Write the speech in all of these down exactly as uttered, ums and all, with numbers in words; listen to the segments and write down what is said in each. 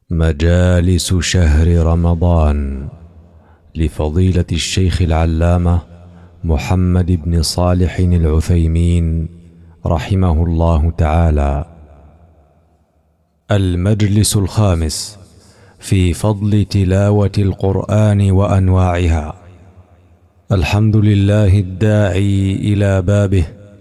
مجالس شهر رمضان لفضيلة الشيخ العلامة محمد بن صالح العثيمين رحمه الله تعالى. المجلس الخامس في فضل تلاوة القرآن وأنواعها. الحمد لله الداعي إلى بابه،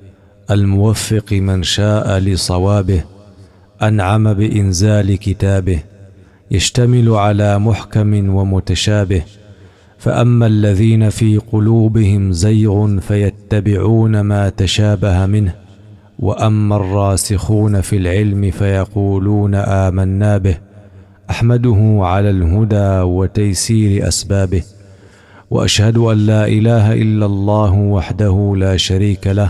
الموفق من شاء لصوابه، أنعم بإنزال كتابه يشتمل على محكم ومتشابه. فأما الذين في قلوبهم زيغ فيتبعون ما تشابه منه، وأما الراسخون في العلم فيقولون آمنا به. أحمده على الهدى وتيسير أسبابه، وأشهد أن لا إله إلا الله وحده لا شريك له،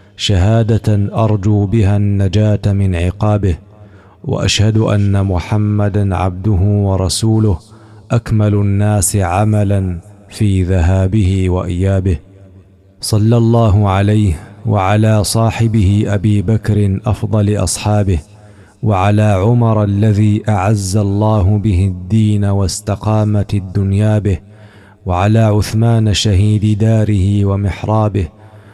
شهادة أرجو بها النجاة من عقابه. وأشهد أن محمدا عبده ورسوله، أكمل الناس عملا في ذهابه وإيابه. صلى الله عليه وعلى صاحبه أبي بكر أفضل أصحابه، وعلى عمر الذي أعز الله به الدين واستقامت الدنيا به، وعلى عثمان شهيد داره ومحرابه،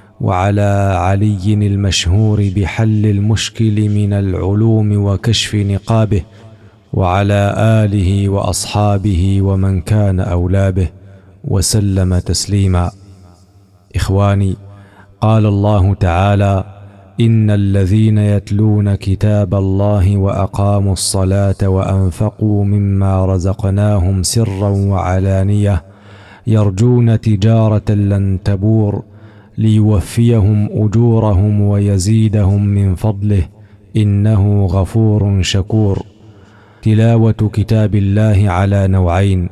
وعلى علي المشهور بحل المشكل من العلوم وكشف نقابه، وعلى آله وأصحابه ومن كان أولى به، وسلم تسليما. إخواني، قال الله تعالى: إن الذين يتلون كتاب الله وأقاموا الصلاة وأنفقوا مما رزقناهم سرا وعلانية يرجون تجارة لن تبور ليوفيهم أجورهم ويزيدهم من فضله إنه غفور شكور. تلاوة كتاب الله على نوعين: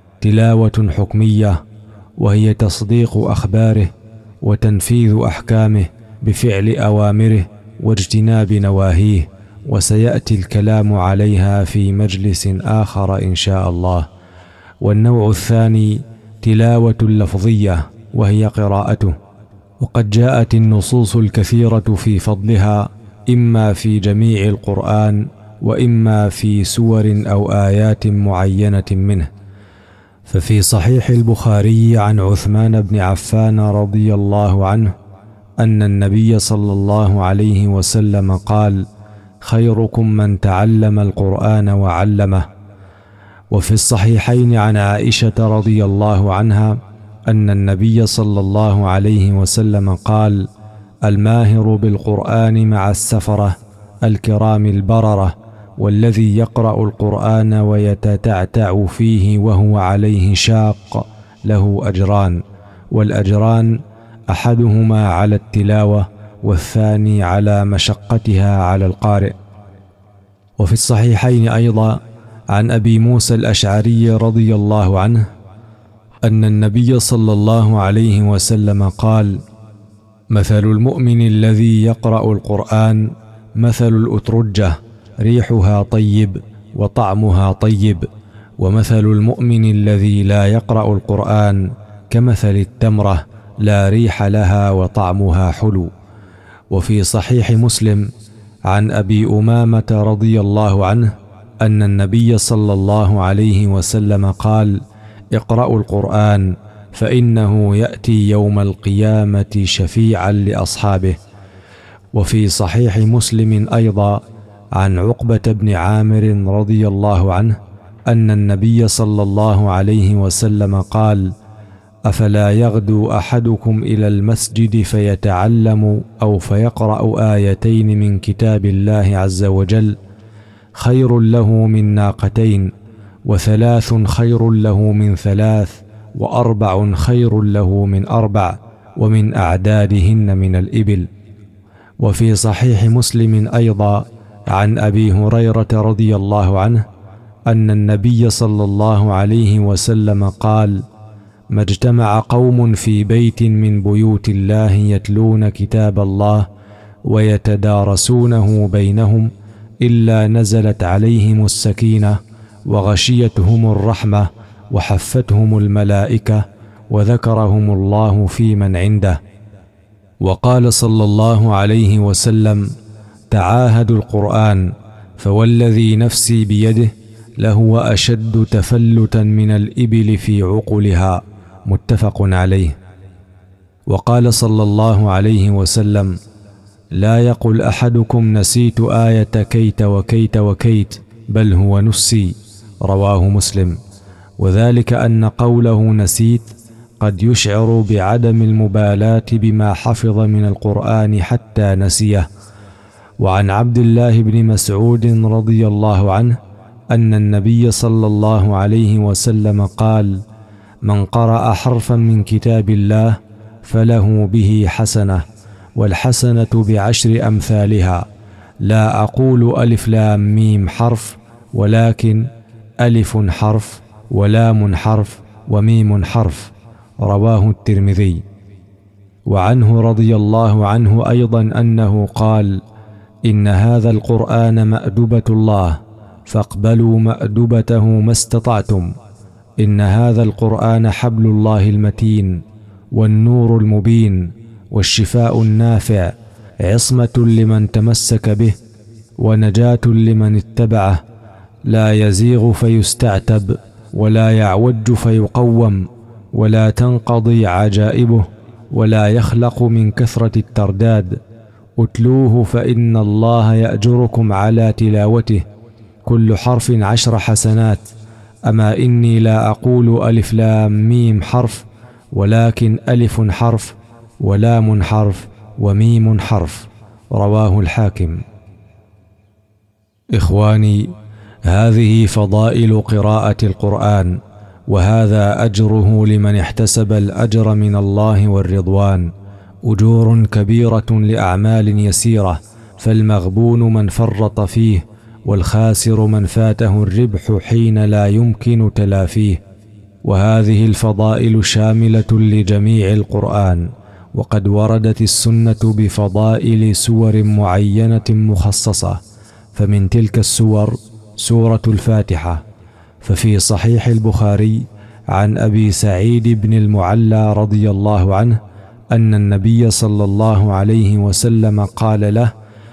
تلاوة حكمية وهي تصديق أخباره وتنفيذ أحكامه بفعل أوامره واجتناب نواهيه، وسيأتي الكلام عليها في مجلس آخر إن شاء الله. والنوع الثاني تلاوة لفظية وهي قراءته، وقد جاءت النصوص الكثيرة في فضلها، إما في جميع القرآن وإما في سور أو آيات معينة منه. ففي صحيح البخاري عن عثمان بن عفان رضي الله عنه أن النبي صلى الله عليه وسلم قال: خيركم من تعلم القرآن وعلمه. وفي الصحيحين عن عائشة رضي الله عنها أن النبي صلى الله عليه وسلم قال: الماهر بالقرآن مع السفرة الكرام البررة، والذي يقرأ القرآن ويتتعتع فيه وهو عليه شاق له أجران، والأجران أحدهما على التلاوة والثاني على مشقتها على القارئ. وفي الصحيحين أيضا عن أبي موسى الأشعري رضي الله عنه أن النبي صلى الله عليه وسلم قال: مثل المؤمن الذي يقرأ القرآن مثل الأترجة ريحها طيب وطعمها طيب، ومثل المؤمن الذي لا يقرأ القرآن كمثل التمرة لا ريح لها وطعمها حلو. وفي صحيح مسلم عن أبي أمامة رضي الله عنه أن النبي صلى الله عليه وسلم قال: اقرأوا القرآن فإنه يأتي يوم القيامة شفيعا لأصحابه. وفي صحيح مسلم أيضا عن عقبة بن عامر رضي الله عنه أن النبي صلى الله عليه وسلم قال: أفلا يغدو أحدكم إلى المسجد فيتعلم أو فيقرأ آيتين من كتاب الله عز وجل خير له من ناقتين، وثلاث خير له من ثلاث، وأربع خير له من أربع، ومن أعدادهن من الإبل. وفي صحيح مسلم أيضا عن أبي هريرة رضي الله عنه أن النبي صلى الله عليه وسلم قال: ما اجتمع قوم في بيت من بيوت الله يتلون كتاب الله ويتدارسونه بينهم إلا نزلت عليهم السكينة وغشيتهم الرحمة وحفتهم الملائكة وذكرهم الله في من عنده. وقال صلى الله عليه وسلم: تعاهدوا القرآن، فوالذي نفسي بيده لهو أشد تفلتا من الإبل في عقلها، متفق عليه. وقال صلى الله عليه وسلم: لا يقل أحدكم نسيت آية كيت وكيت وكيت، بل هو نسي، رواه مسلم. وذلك أن قوله نسيت قد يشعر بعدم المبالاة بما حفظ من القرآن حتى نسيه. وعن عبد الله بن مسعود رضي الله عنه أن النبي صلى الله عليه وسلم قال: من قرأ حرفا من كتاب الله فله به حسنة، والحسنة بعشر أمثالها، لا أقول ألف لام ميم حرف، ولكن ألف حرف ولام حرف وميم حرف، رواه الترمذي. وعنه رضي الله عنه أيضا أنه قال: إن هذا القرآن مأدبة الله، فاقبلوا مأدبته ما استطعتم. إن هذا القرآن حبل الله المتين، والنور المبين، والشفاء النافع، عصمة لمن تمسك به، ونجاة لمن اتبعه، لا يزيغ فيستعتب، ولا يعوج فيقوم، ولا تنقضي عجائبه، ولا يخلق من كثرة الترداد. اتلوه فإن الله يأجركم على تلاوته، كل حرف عشر حسنات. أما إني لا أقول ألف لام ميم حرف، ولكن ألف حرف ولام حرف وميم حرف، رواه الحاكم. إخواني، هذه فضائل قراءة القرآن، وهذا أجره لمن احتسب الأجر من الله والرضوان، أجور كبيرة لأعمال يسيرة، فالمغبون من فرط فيه، والخاسر من فاته الربح حين لا يمكن تلافيه. وهذه الفضائل شاملة لجميع القرآن، وقد وردت السنة بفضائل سور معينة مخصصة، فمن تلك السور سورة الفاتحة. ففي صحيح البخاري عن أبي سعيد بن المعلى رضي الله عنه أن النبي صلى الله عليه وسلم قال له: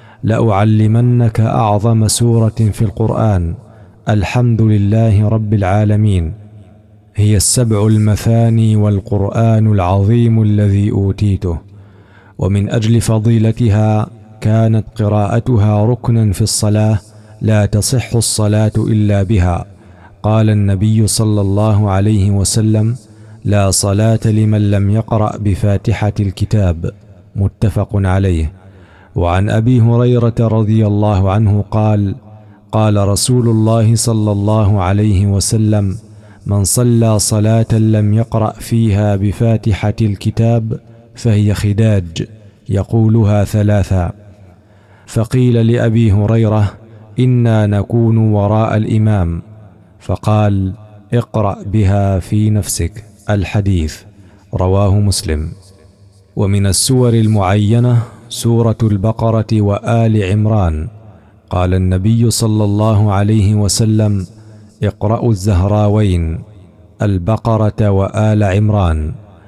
لأعلمنك أعظم سورة في القرآن، الحمد لله رب العالمين، هي السبع المثاني والقرآن العظيم الذي أوتيته. ومن أجل فضيلتها كانت قراءتها ركنا في الصلاة، لا تصح الصلاة إلا بها. قال النبي صلى الله عليه وسلم: لا صلاة لمن لم يقرأ بفاتحة الكتاب، متفق عليه. وعن أبي هريرة رضي الله عنه قال: قال رسول الله صلى الله عليه وسلم: من صلى صلاة لم يقرأ فيها بفاتحة الكتاب فهي خداج، يقولها ثلاثا. فقيل لأبي هريرة: إنا نكون وراء الإمام، فقال: اقرأ بها في نفسك. الحديث، رواه مسلم. ومن السور المعينة سورة البقرة وآل عمران. قال النبي صلى الله عليه وسلم: اقرأوا الزهراوين، البقرة وآل عمران،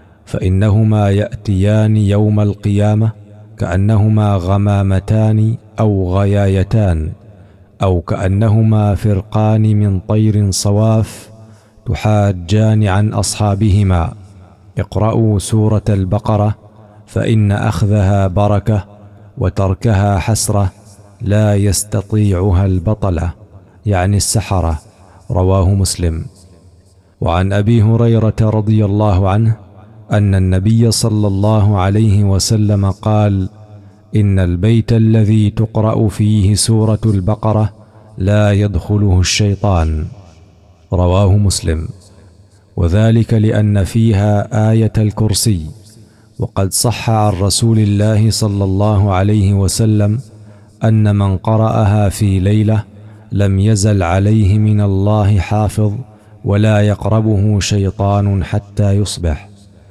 فإنهما يأتيان يوم القيامة كأنهما غمامتان أو غيايتان، أو كأنهما فرقان من طير صواف تحاجان عن أصحابهما. اقرأوا سورة البقرة، فإن أخذها بركة وتركها حسرة، لا يستطيعها البطلة، يعني السحرة، رواه مسلم. وعن أبي هريرة رضي الله عنه أن النبي صلى الله عليه وسلم قال: إن البيت الذي تقرأ فيه سورة البقرة لا يدخله الشيطان، رواه مسلم. وذلك لأن فيها آية الكرسي. وقد صح عن رسول الله صلى الله عليه وسلم أن من قرأها في ليلة لم يزل عليه من الله حافظ، ولا يقربه شيطان حتى يصبح.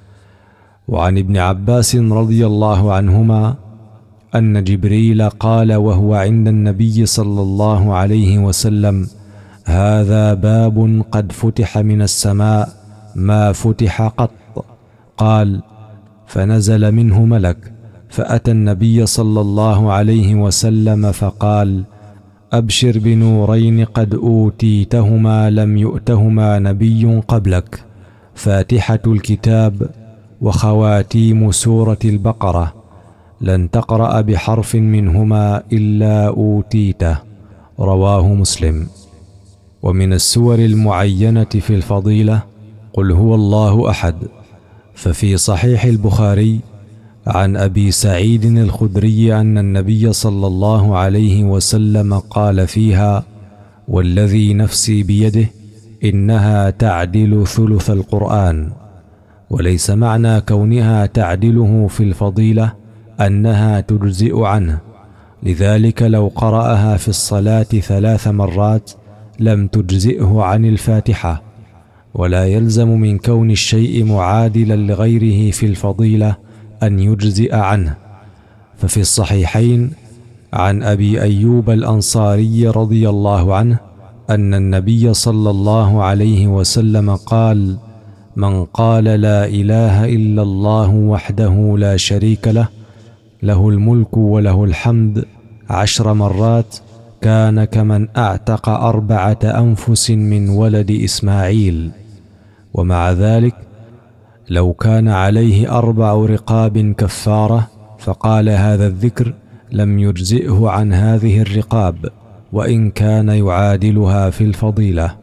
وعن ابن عباس رضي الله عنهما أن جبريل قال وهو عند النبي صلى الله عليه وسلم: هذا باب قد فتح من السماء ما فتح قط. قال: فنزل منه ملك، فأتى النبي صلى الله عليه وسلم فقال: أبشر بنورين قد أوتيتهما لم يؤتهما نبي قبلك، فاتحة الكتاب وخواتيم سورة البقرة، لن تقرأ بحرف منهما إلا أوتيته. رواه مسلم. ومن السور المعينة في الفضيلة قل هو الله أحد، ففي صحيح البخاري عن أبي سعيد الخدري أن النبي صلى الله عليه وسلم قال فيها: والذي نفسي بيده إنها تعدل ثلث القرآن. وليس معنى كونها تعدله في الفضيلة أنها تجزئ عنه، لذلك لو قرأها في الصلاة ثلاث مرات لم تجزئه عن الفاتحة. ولا يلزم من كون الشيء معادلا لغيره في الفضيلة أن يجزئ عنه. ففي الصحيحين عن أبي أيوب الأنصاري رضي الله عنه أن النبي صلى الله عليه وسلم قال: من قال لا إله إلا الله وحده لا شريك له، له الملك وله الحمد عشر مرات، كان كمن أعتق أربعة أنفس من ولد إسماعيل. ومع ذلك لو كان عليه أربع رقاب كفارة فقال هذا الذكر لم يجزئه عن هذه الرقاب، وإن كان يعادلها في الفضيلة.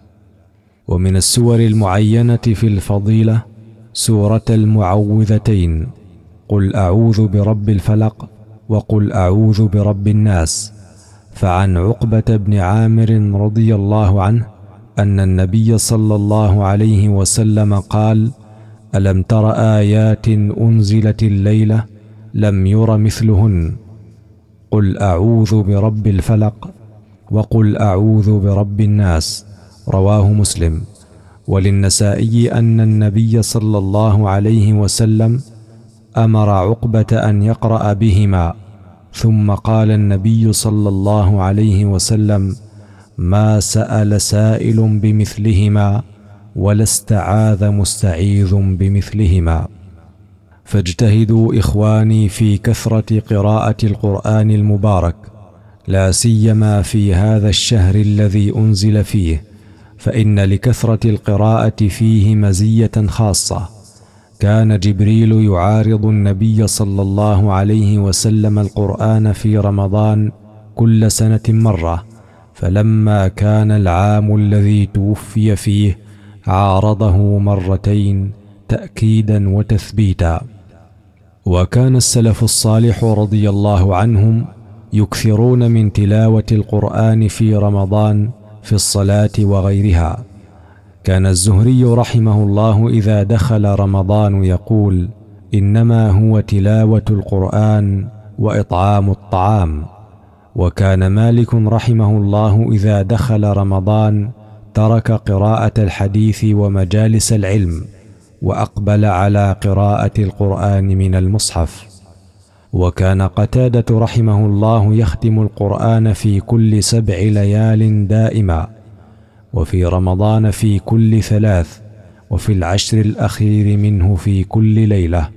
ومن السور المعينة في الفضيلة سورة المعوذتين: قل أعوذ برب الفلق وقل أعوذ برب الناس. فعن عقبة بن عامر رضي الله عنه أن النبي صلى الله عليه وسلم قال: ألم تر آيات أنزلت الليلة لم ير مثلهن، قل أعوذ برب الفلق وقل أعوذ برب الناس. رواه مسلم. وللنسائي أن النبي صلى الله عليه وسلم أمر عقبة أن يقرأ بهما، ثم قال النبي صلى الله عليه وسلم: ما سأل سائل بمثلهما ولا استعاذ مستعيذ بمثلهما. فاجتهدوا إخواني في كثرة قراءة القرآن المبارك، لا سيما في هذا الشهر الذي أنزل فيه، فإن لكثرة القراءة فيه مزية خاصة. كان جبريل يعارض النبي صلى الله عليه وسلم القرآن في رمضان كل سنة مرة، فلما كان العام الذي توفي فيه عارضه مرتين تأكيدا وتثبيتا. وكان السلف الصالح رضي الله عنهم يكثرون من تلاوة القرآن في رمضان في الصلاة وغيرها. كان الزهري رحمه الله إذا دخل رمضان يقول: إنما هو تلاوة القرآن وإطعام الطعام. وكان مالك رحمه الله إذا دخل رمضان ترك قراءة الحديث ومجالس العلم وأقبل على قراءة القرآن من المصحف. وكان قتادة رحمه الله يختم القرآن في كل سبع ليال دائما، وفي رمضان في كل ثلاث، وفي العشر الأخير منه في كل ليلة.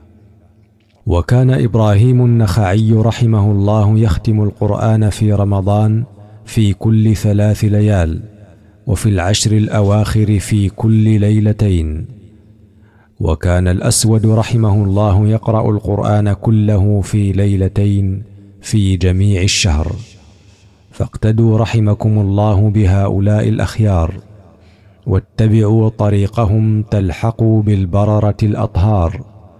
وكان إبراهيم النخعي رحمه الله يختم القرآن في رمضان في كل ثلاث ليال، وفي العشر الأواخر في كل ليلتين. وكان الأسود رحمه الله يقرأ القرآن كله في ليلتين في جميع الشهر. فاقتدوا رحمكم الله بهؤلاء الأخيار، واتبعوا طريقهم تلحقوا بالبررة الأطهار،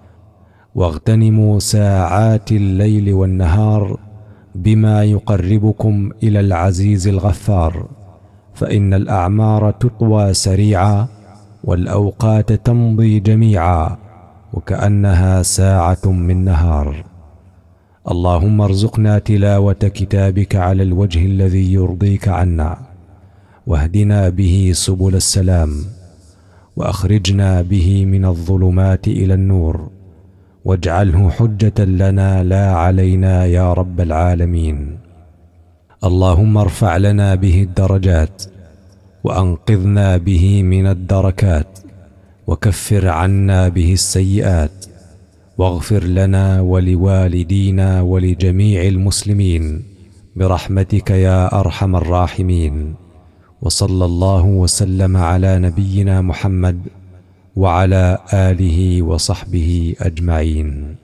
واغتنموا ساعات الليل والنهار بما يقربكم إلى العزيز الغفار، فإن الأعمار تطوى سريعا والأوقات تمضي جميعا وكأنها ساعة من نهار. اللهم ارزقنا تلاوة كتابك على الوجه الذي يرضيك عنا، واهدنا به سبل السلام، وأخرجنا به من الظلمات إلى النور، واجعله حجة لنا لا علينا يا رب العالمين. اللهم ارفع لنا به الدرجات، وأنقذنا به من الدركات، وكفر عنا به السيئات، واغفر لنا ولوالدينا ولجميع المسلمين برحمتك يا أرحم الراحمين. وصلى الله وسلم على نبينا محمد وعلى آله وصحبه أجمعين.